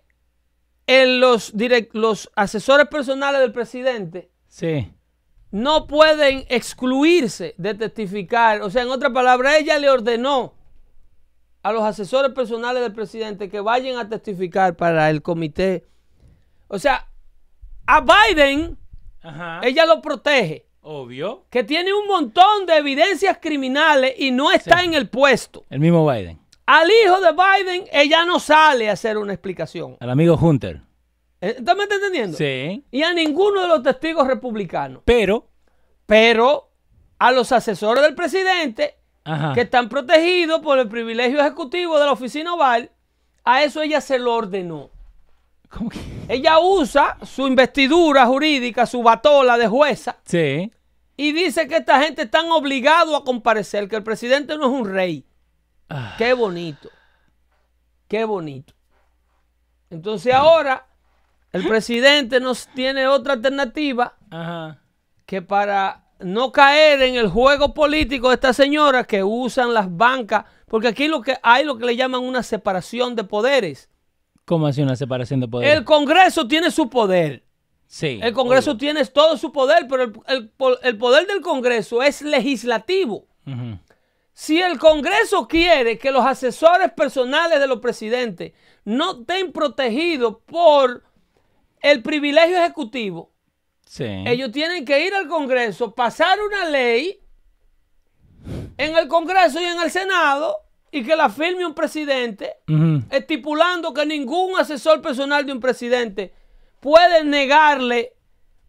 los asesores personales del presidente Sí. no pueden excluirse de testificar. O sea, en otras palabras, ella le ordenó a los asesores personales del presidente que vayan a testificar para el comité. O sea, a Biden Ajá. ella lo protege, Obvio. que tiene un montón de evidencias criminales y no está Sí. en el puesto. El mismo Biden. Al hijo de Biden, ella no sale a hacer una explicación. Al amigo Hunter. ¿Estás me entendiendo? Sí. Y a ninguno de los testigos republicanos. Pero. Pero a los asesores del presidente, Ajá. que están protegidos por el privilegio ejecutivo de la oficina oval, a eso ella se lo ordenó. ¿Cómo que? Ella usa su investidura jurídica, su batola de jueza, Sí. y dice que esta gente están obligados a comparecer, que el presidente no es un rey. Ah. Qué bonito. Qué bonito. Entonces ahora el presidente nos tiene otra alternativa Ajá. que para no caer en el juego político de esta señora que usan las bancas, porque aquí lo que le llaman una separación de poderes. ¿Cómo hace una separación de poder? El Congreso tiene su poder. Sí. El Congreso obvio. tiene todo su poder, pero el poder del Congreso es legislativo. Ujú. Si el Congreso quiere que los asesores personales de los presidentes no estén protegidos por el privilegio ejecutivo, Sí. ellos tienen que ir al Congreso, pasar una ley en el Congreso y en el Senado y que la firme un presidente, Ujú. estipulando que ningún asesor personal de un presidente puede negarle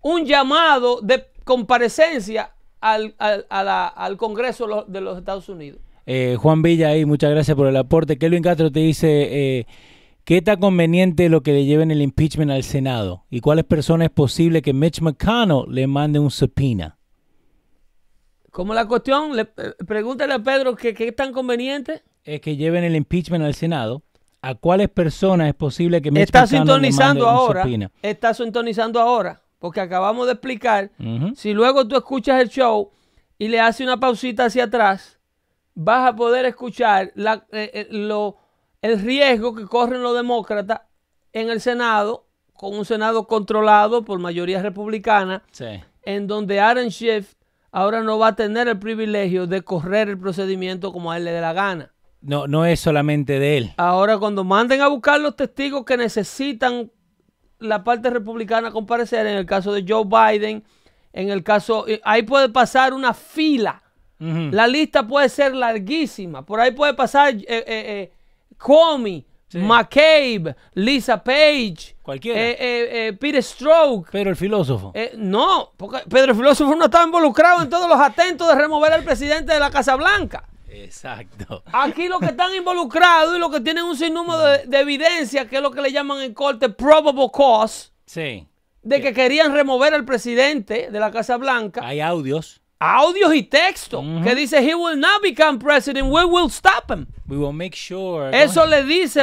un llamado de comparecencia al Congreso de los Estados Unidos. Juan Villa ahí, muchas gracias por el aporte. Kelvin Castro te dice, ¿qué tan conveniente es lo que le lleven el impeachment al Senado? ¿Y cuáles personas es posible que Mitch McConnell le mande un subpoena? Como la cuestión, pregúntale a Pedro que qué tan conveniente. Es que lleven el impeachment al Senado. ¿A cuáles personas es posible que Mitch Está McConnell le mande un ahora, subpoena? está sintonizando ahora, porque acabamos de explicar. Si luego tú escuchas el show y le haces una pausita hacia atrás, vas a poder escuchar el riesgo que corren los demócratas en el Senado, con un Senado controlado por mayoría republicana, Sí. en donde Adam Schiff ahora no va a tener el privilegio de correr el procedimiento como a él le dé la gana. No es solamente de él. Ahora, cuando manden a buscar los testigos que necesitan la parte republicana comparecer, en el caso de Joe Biden, en el caso, ahí puede pasar una fila. La lista puede ser larguísima. Por ahí puede pasar Comey, Sí. McCabe, Lisa Page, Cualquiera. Peter Strzok. Pero el filósofo. No, porque Pedro el filósofo no está involucrado en todos los atentos de remover al presidente de la Casa Blanca. Exacto. Aquí los que están involucrados y los que tienen un sinnúmero de evidencia, que es lo que le llaman en corte probable cause, Sí. de que querían remover al presidente de la Casa Blanca, Hay audios. audios y textos, que dice, he will not become president, we will stop him. We will make sure. Eso le dice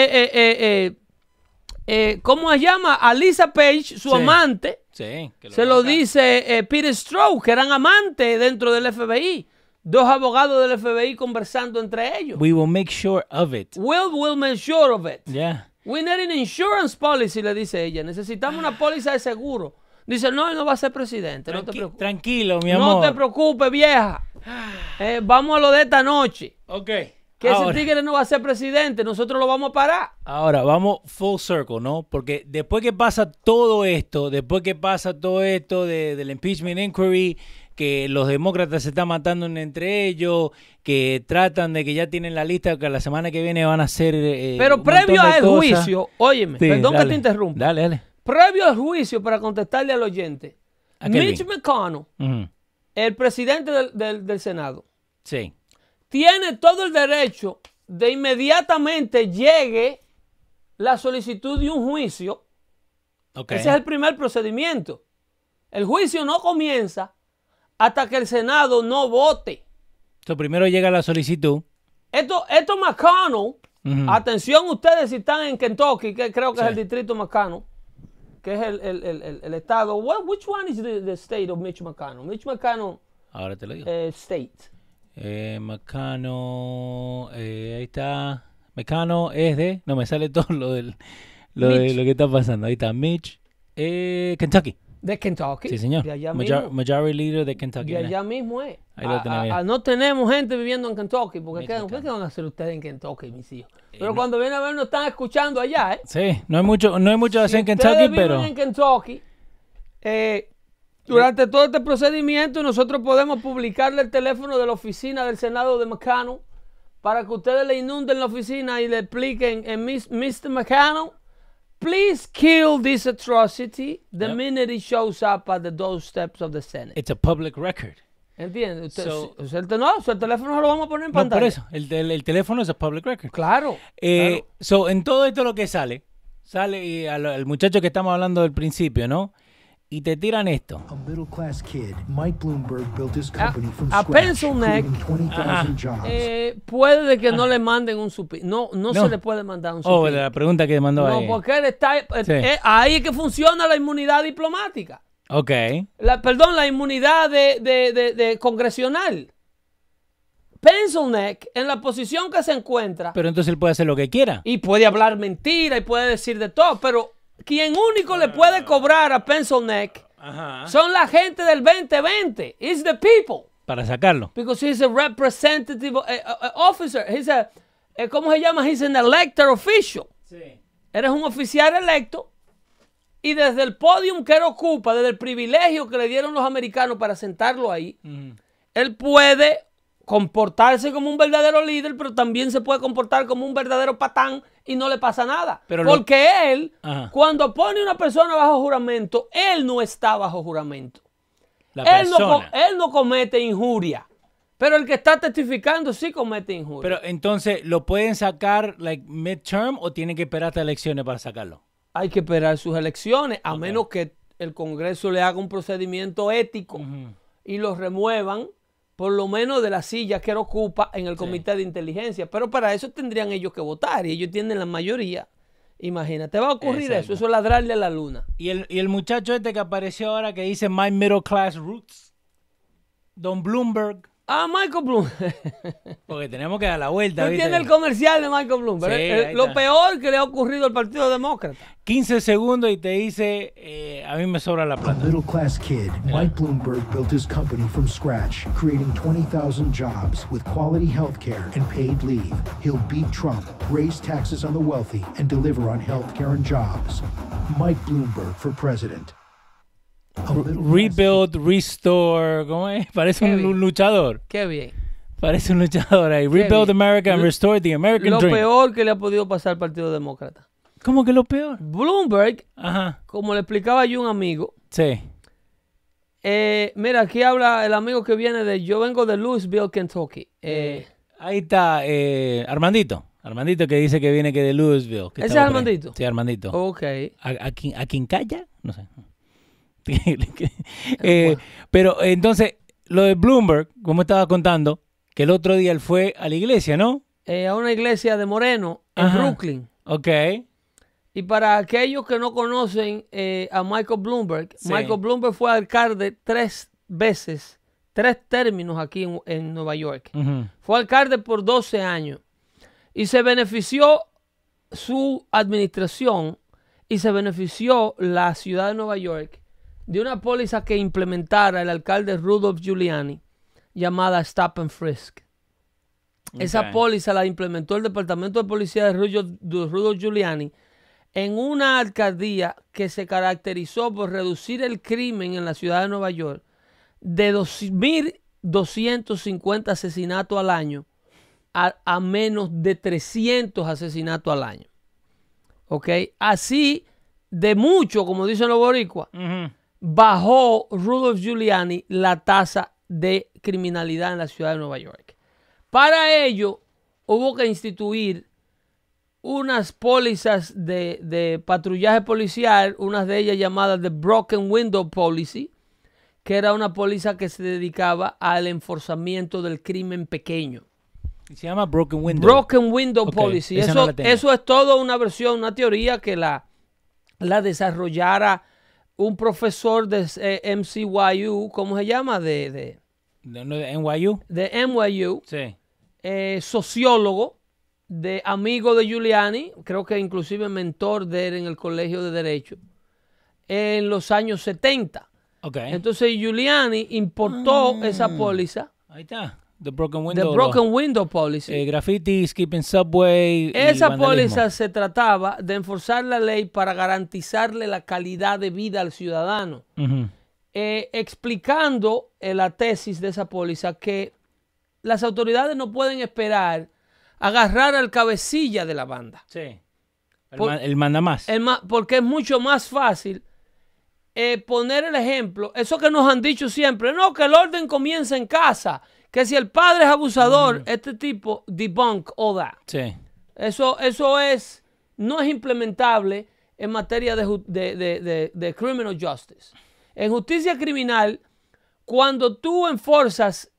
¿cómo se llama? A Lisa Page, su Sí. amante. Sí. que Se lo haga. dice Peter Strzok, que eran amantes dentro del FBI. Dos abogados del FBI conversando entre ellos. We will make sure of it. We'll make sure of it. Yeah. We need an insurance policy, le dice ella. Necesitamos una póliza de seguro. Dice, no, él no va a ser presidente. No te preocupes. Tranquilo, mi amor. No te preocupes, vieja. Vamos a lo de esta noche. Ok. Que Ahora, ese tigre no va a ser presidente. Nosotros lo vamos a parar. ahora, vamos full circle, ¿no? Porque después que pasa todo esto, del impeachment inquiry, que los demócratas se están matando entre ellos, que tratan de que ya tienen la lista, que la semana que viene van a hacer Pero un previo montón de al cosas. juicio, óyeme, Sí, perdón que dale. te interrumpa. Dale. Previo al juicio, para contestarle al oyente, ¿A Kelvin? Mitch McConnell, Ujú. el presidente del Senado, Sí. tiene todo el derecho de inmediatamente llegue la solicitud de un juicio. Ok. Ese es el primer procedimiento. El juicio no comienza hasta que el Senado no vote. So, primero llega la solicitud. Esto McConnell, Ujú. atención ustedes si están en Kentucky, que creo que Sí. es el distrito McConnell, que es el estado. Which one is the state of Mitch McConnell? Mitch McConnell Ahora te lo digo. State. Mecano, ahí está. Mecano es de. No me sale todo lo de Mitch. lo que está pasando. Ahí está Mitch. Kentucky. De Kentucky. Sí, señor. De allá mismo. Majority Leader de Kentucky. De allá mismo es. Ahí lo tenés bien. No tenemos gente viviendo en Kentucky, porque Mitch ¿qué McConnell. van a hacer ustedes en Kentucky, mis hijos? Pero no. cuando vienen a ver, nos están escuchando allá, ¿eh? Sí, no hay mucho de hacer en Si ustedes Kentucky, viven pero. en Kentucky, durante todo este procedimiento, nosotros podemos publicarle el teléfono de la oficina del Senado de McConnell para que ustedes le inunden la oficina y le expliquen, Mr. McConnell, please kill this atrocity the Yep. minute it shows up at the doorsteps of the Senate. It's a public record. ¿Entiendes? Usted, So- el teléfono se lo vamos a poner en No, pantalla. por eso. El teléfono es a public record. Claro. So, en todo esto lo que sale y al muchacho que estamos hablando del principio, ¿no? Y te tiran esto. A middle-class kid, Mike Bloomberg built his company from a scratch, pencil neck. creating 20,000 jobs. Puede que no le manden un subpoena. No se le puede mandar un Oh, subpoena. la pregunta que mandó No, ahí. porque él está. Sí. Ahí es que funciona la inmunidad diplomática. Ok. La inmunidad de congresional. Pencil neck, en la posición que se encuentra, Pero entonces él puede hacer lo que quiera. y puede hablar mentira y puede decir de todo, pero quien único le puede cobrar a pencil neck Ajá. son la gente del 2020. It's the people. Para sacarlo. Because he's a representative officer. He's ¿cómo se llama? He's an elected official. Sí. Eres un oficial electo y desde el podium que él ocupa, desde el privilegio que le dieron los americanos para sentarlo ahí, él puede comportarse como un verdadero líder, pero también se puede comportar como un verdadero patán y no le pasa nada. Pero porque él, Ajá. cuando pone a una persona bajo juramento, él no está bajo juramento. La Él no comete injuria. Pero el que está testificando sí comete injuria. Pero entonces, ¿lo pueden sacar like midterm o tienen que esperar hasta elecciones para sacarlo? Hay que esperar sus elecciones, a menos que el Congreso le haga un procedimiento ético y lo remuevan, por lo menos de la silla que él ocupa en el Comité de Inteligencia. Pero para eso tendrían ellos que votar y ellos tienen la mayoría. Imagínate, va a ocurrir eso es ladrarle a la luna. ¿Y el muchacho este que apareció ahora que dice My Middle Class Roots? Don Bloomberg. Ah, Michael Bloomberg. Porque tenemos que dar la vuelta. ¿Tú tienes el comercial de Michael Bloomberg? Sí, lo peor que le ha ocurrido al Partido Demócrata. 15 segundos y te dice, a mí me sobra la A plata. middle-class kid, Mike Bloomberg built his company from scratch, creating 20,000 jobs with quality health care and paid leave. He'll beat Trump, raise taxes on the wealthy, and deliver on health care and jobs. Mike Bloomberg for president. Rebuild, restore, ¿cómo es? Parece un luchador. Qué bien. Parece un luchador ahí. Qué Rebuild bien. America and restore the American Lo dream. peor que le ha podido pasar al Partido Demócrata. ¿Cómo que lo peor? Bloomberg, Ajá. como le explicaba yo a un amigo, Sí. mira, aquí habla el amigo que viene yo vengo de Louisville, Kentucky. Ahí está Armandito. Armandito que dice que viene que de Louisville. Que ¿Ese es estaba por ahí. Armandito? Sí, Armandito. Ok. ¿A Quincalla? No sé. Pero entonces, lo de Bloomberg, como estaba contando, que el otro día él fue a la iglesia, ¿no? A una iglesia de Moreno en Ajá. Brooklyn. Ok. Y para aquellos que no conocen a Michael Bloomberg, Sí. Michael Bloomberg fue alcalde 3 veces, 3 términos aquí en Nueva York. Ujú. Fue alcalde por 12 años. Y se benefició su administración y se benefició la ciudad de Nueva York de una póliza que implementara el alcalde Rudolph Giuliani llamada Stop and Frisk. Esa Ok. póliza la implementó el Departamento de Policía de Rudolph Giuliani en una alcaldía que se caracterizó por reducir el crimen en la ciudad de Nueva York de 2.250 asesinatos al año a menos de 300 asesinatos al año. ¿Ok? Así, de mucho, como dicen los boricuas, Ujú. bajó Rudolph Giuliani la tasa de criminalidad en la ciudad de Nueva York. Para ello, hubo que instituir unas pólizas de patrullaje policial, unas de ellas llamadas The Broken Window Policy, que era una póliza que se dedicaba al enforzamiento del crimen pequeño. Se llama Broken Window. Broken Window Ok, Policy. esa Eso, no la tengo. eso es todo una versión, una teoría que la desarrollara un profesor de MCYU, ¿cómo se llama? ¿De NYU? De NYU, Sí. sociólogo, de amigo de Giuliani, creo que inclusive mentor de él en el Colegio de Derecho, en los años 70. Ok. Entonces Giuliani importó esa póliza, Ahí está. The Broken The Window. Broken Window Policy. Graffiti, skipping subway. y Esa vandalismo. póliza se trataba de enforzar la ley para garantizarle la calidad de vida al ciudadano, Ujú. explicando la tesis de esa póliza que las autoridades no pueden esperar agarrar al cabecilla de la banda, Sí. Por- El manda más. porque es mucho más fácil poner el ejemplo, eso que nos han dicho siempre, no, que el orden comienza en casa, que si el padre es abusador, este tipo debunk all that. Sí. Eso no es implementable en materia de criminal justice. En justicia criminal, cuando tú enforzas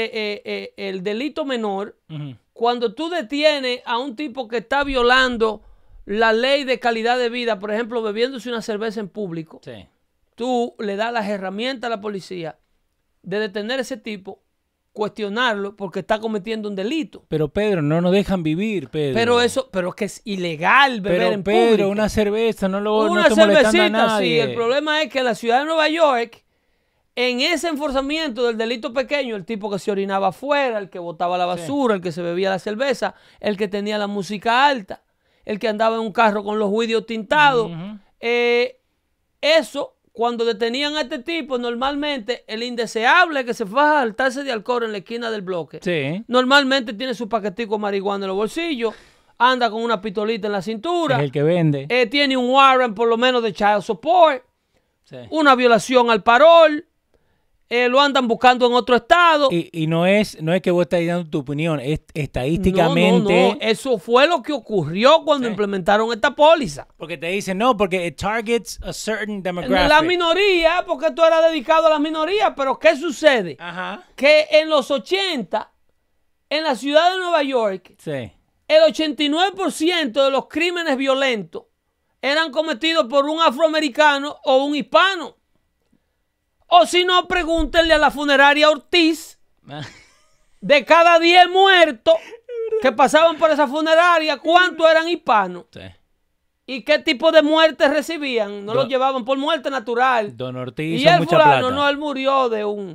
el delito menor, Ujú. cuando tú detienes a un tipo que está violando la ley de calidad de vida, por ejemplo, bebiéndose una cerveza en público, Sí. tú le das las herramientas a la policía de detener a ese tipo, cuestionarlo porque está cometiendo un delito. Pero Pedro, no nos dejan vivir, Pedro. Pero es que es ilegal beber Pero en Pedro, público. una cerveza, no Una estoy molestando a cervecita, sí. nadie. El problema es que en la ciudad de Nueva York, en ese enforzamiento del delito pequeño, el tipo que se orinaba afuera, el que botaba la basura, el que se bebía la cerveza, el que tenía la música alta, el que andaba en un carro con los vidrios tintados, eso cuando detenían a este tipo, normalmente el indeseable que se fue a saltarse de alcohol en la esquina del bloque, Sí. normalmente tiene su paquetico de marihuana en los bolsillos, anda con una pistolita en la cintura, Es el que vende. tiene un warrant por lo menos de child support, Sí. una violación al parol, lo andan buscando en otro estado. Y no es que vos estás dando tu opinión, es estadísticamente. No. Eso fue lo que ocurrió cuando implementaron esta póliza. Porque te dicen, no, porque it targets a certain demographic. La minoría, porque esto era dedicado a la minoría, pero ¿qué sucede? Ajá. Que en los 80, en la ciudad de Nueva York, Sí. el 89% de los crímenes violentos eran cometidos por un afroamericano o un hispano. O si no, pregúntenle a la funeraria Ortiz, de cada 10 muertos que pasaban por esa funeraria, ¿cuántos eran hispanos? Sí. ¿Y qué tipo de muerte recibían? No los llevaban por muerte natural. Don Ortiz Y hizo el mucha fulano, plata. no, él murió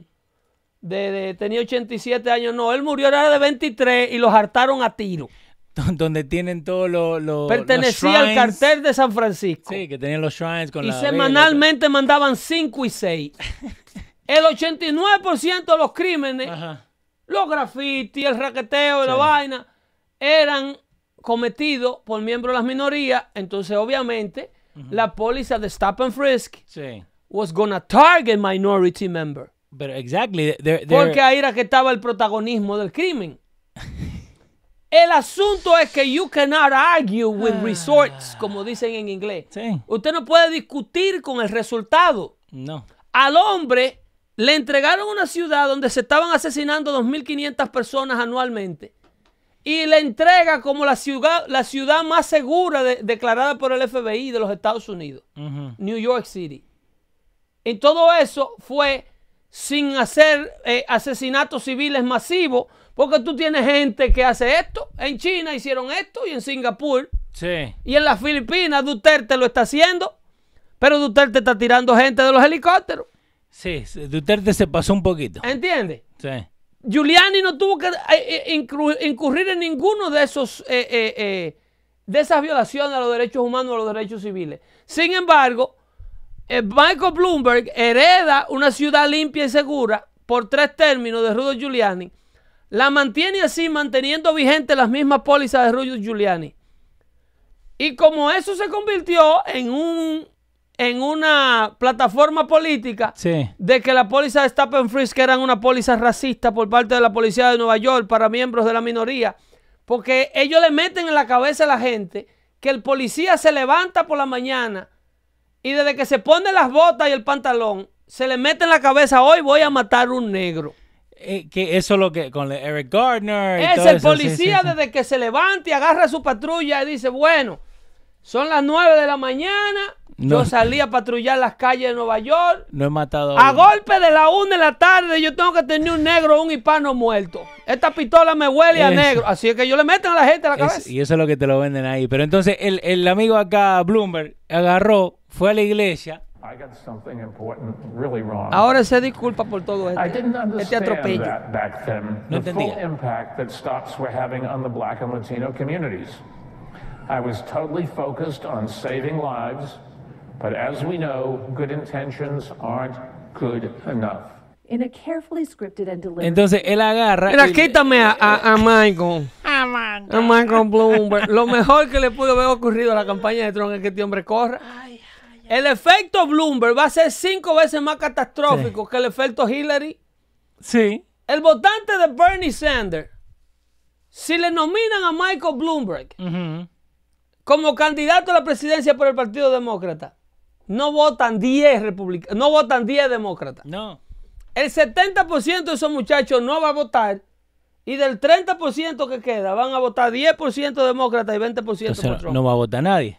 tenía 87 años, no, él murió era de 23 y los hartaron a tiro. Donde tienen todos los Pertenecía al shrines. cartel de San Francisco. Sí, que tenían los shrines con Y la semanalmente mandaban 5 y 6. El 89% de los crímenes, Ajá. los grafitis, el raqueteo y la vaina, eran cometidos por miembros de las minorías. Entonces, obviamente, la póliza de Stop and Frisk Sí. was gonna target minority member. Pero exactly. Porque ahí era que estaba el protagonismo del crimen. El asunto es que you cannot argue with results, como dicen en inglés. Sí. Usted no puede discutir con el resultado. No. Al hombre le entregaron una ciudad donde se estaban asesinando 2.500 personas anualmente. Y le entrega como la ciudad más segura declarada por el FBI de los Estados Unidos. New York City. Y todo eso fue sin hacer asesinatos civiles masivos. Porque tú tienes gente que hace esto. En China hicieron esto y en Singapur. Sí. Y en las Filipinas Duterte lo está haciendo. Pero Duterte está tirando gente de los helicópteros. Sí, Duterte se pasó un poquito. ¿Entiendes? Sí. Giuliani no tuvo que incurrir en ninguno de de esas violaciones a los derechos humanos o a los derechos civiles. Sin embargo, Michael Bloomberg hereda una ciudad limpia y segura por 3 términos de Rudy Giuliani. La mantiene así, manteniendo vigentes las mismas pólizas de Rudy Giuliani. Y como eso se convirtió en una plataforma política, Sí. de que la póliza de Stop and Frisk eran una póliza racista por parte de la policía de Nueva York para miembros de la minoría, porque ellos le meten en la cabeza a la gente que el policía se levanta por la mañana y desde que se pone las botas y el pantalón, se le mete en la cabeza, hoy voy a matar un negro. Que eso es lo que con Eric Gardner y Es todo el eso, policía sí. desde que se levanta y agarra su patrulla y dice, bueno, son las 9 de la mañana, No. yo salí a patrullar las calles de Nueva York. No he matado A golpe de la 1 de la tarde yo tengo que tener un negro o un hispano muerto. Esta pistola me huele a Eso. negro. Así es que yo le meto a la gente a la cabeza. Y eso es lo que te lo venden ahí. Pero entonces el amigo acá, Bloomberg, agarró, fue a la iglesia. I got something important really wrong. Ahora se disculpa por todo I esto. didn't Este understand atropello. that back then. No The full entendía. impact that stops were having on the black and Latino communities. I was totally focused on saving lives, but as we know, good intentions aren't good enough. In a carefully scripted and deliberate Entonces él agarra. Mira, y- quítame a Michael. A Michael Bloomberg. Lo mejor que le pudo haber ocurrido a la campaña de Trump es que este hombre corra. El efecto Bloomberg va a ser 5 veces más catastrófico que el efecto Hillary. Sí. El votante de Bernie Sanders, si le nominan a Michael Bloomberg como candidato a la presidencia por el Partido Demócrata, no votan 10 republicanos, no votan 10 demócratas. No. El 70% de esos muchachos no va a votar y del 30% que queda van a votar 10% demócrata y 20% por Entonces Trump. no va a votar nadie.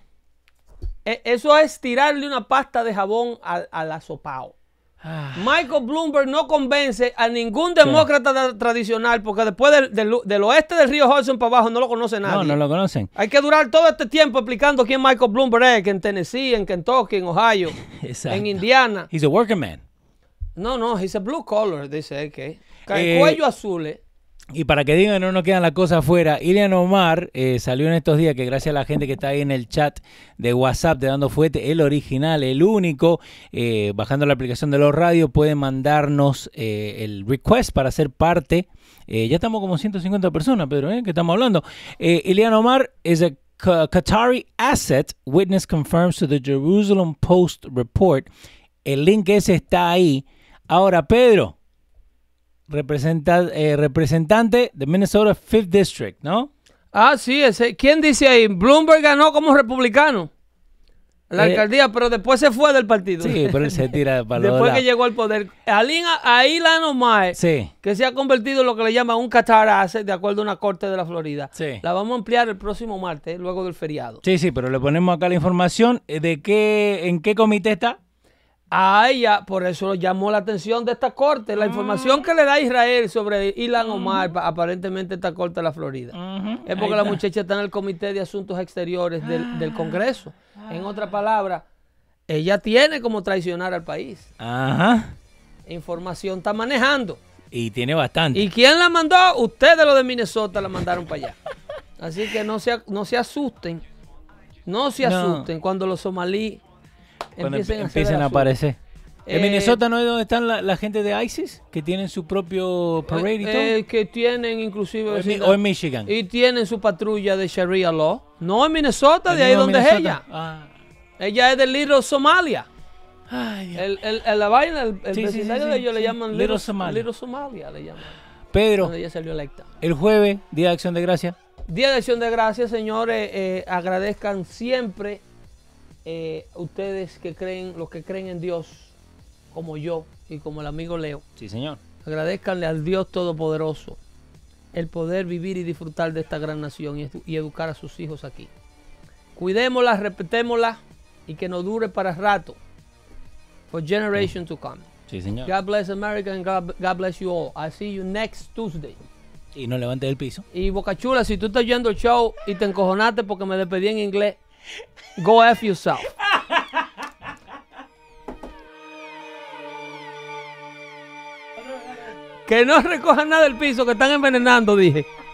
Eso es tirarle una pasta de jabón al asopao. Michael Bloomberg no convence a ningún demócrata tradicional porque después del oeste del río Hudson para abajo no lo conoce nadie. No, no lo conocen. Hay que durar todo este tiempo explicando quién Michael Bloomberg es, que en Tennessee, en Kentucky, en Ohio, Exacto. en Indiana. He's a working man. No, he's a blue collar, dice que. Eh, Cuello azul. Y para que digan, no nos quedan las cosas afuera, Ilhan Omar salió en estos días que gracias a la gente que está ahí en el chat de WhatsApp de Dando Fuete, el original, el único, bajando la aplicación de los radios, pueden mandarnos el request para ser parte. Ya estamos como 150 personas, Pedro, que estamos hablando. Ilhan Omar is a Qatari asset, witness confirms to the Jerusalem Post report. El link ese está ahí. Ahora, Pedro, representante de Minnesota 5th District, ¿no? Ah, sí, ese. ¿Quién dice ahí? Bloomberg ganó como republicano la alcaldía, pero después se fue del partido. Sí, pero él se tira para los después lados. que llegó al poder. A Ilhan Omar, Sí. que se ha convertido en lo que le llaman un Qatar asset, de acuerdo a una corte de la Florida. Sí. La vamos a ampliar el próximo martes, luego del feriado. Sí, pero le ponemos acá la información de en qué comité está. Ah, ya, por eso llamó la atención de esta corte. La información que le da Israel sobre Ilhan Omar, aparentemente esta corte de la Florida, es porque la muchacha está en el Comité de Asuntos Exteriores del Congreso. En otras palabras, ella tiene como traicionar al país. Ajá. Información está manejando. Y tiene bastante. ¿Y quién la mandó? Ustedes, los de Minnesota, la mandaron para allá. Así que no se asusten. No se asusten cuando los somalíes Cuando empiecen a aparecer. ¿En Minnesota no es donde están la gente de ISIS? Que tienen su propio parade y todo. Que tienen inclusive... O en Michigan. Y tienen su patrulla de Sharia Law. No en Minnesota, de ahí donde es ella. Ah. Ella es de Little Somalia. Ay, La vaina, el Sí, vecindario de ellos le llaman Little Somalia. Little Somalia le llaman. Pedro, Donde ella salió electa. el jueves, Día de Acción de Gracias. Día de Acción de Gracias, señores. Agradezcan siempre ustedes los que creen en Dios, como yo y como el amigo Leo. Sí, señor. Agradezcanle al Dios Todopoderoso el poder vivir y disfrutar de esta gran nación y educar a sus hijos aquí. Cuidémosla, respetémosla y que nos dure para rato. For generations to come. Sí, señor. God bless America and God bless you all. I'll see you next Tuesday. Y no levante del piso. Y Boca Chula, si tú estás yendo el show y te encojonaste porque me despedí en inglés, go F yourself. Que no recojan nada del piso, que están envenenando, dije.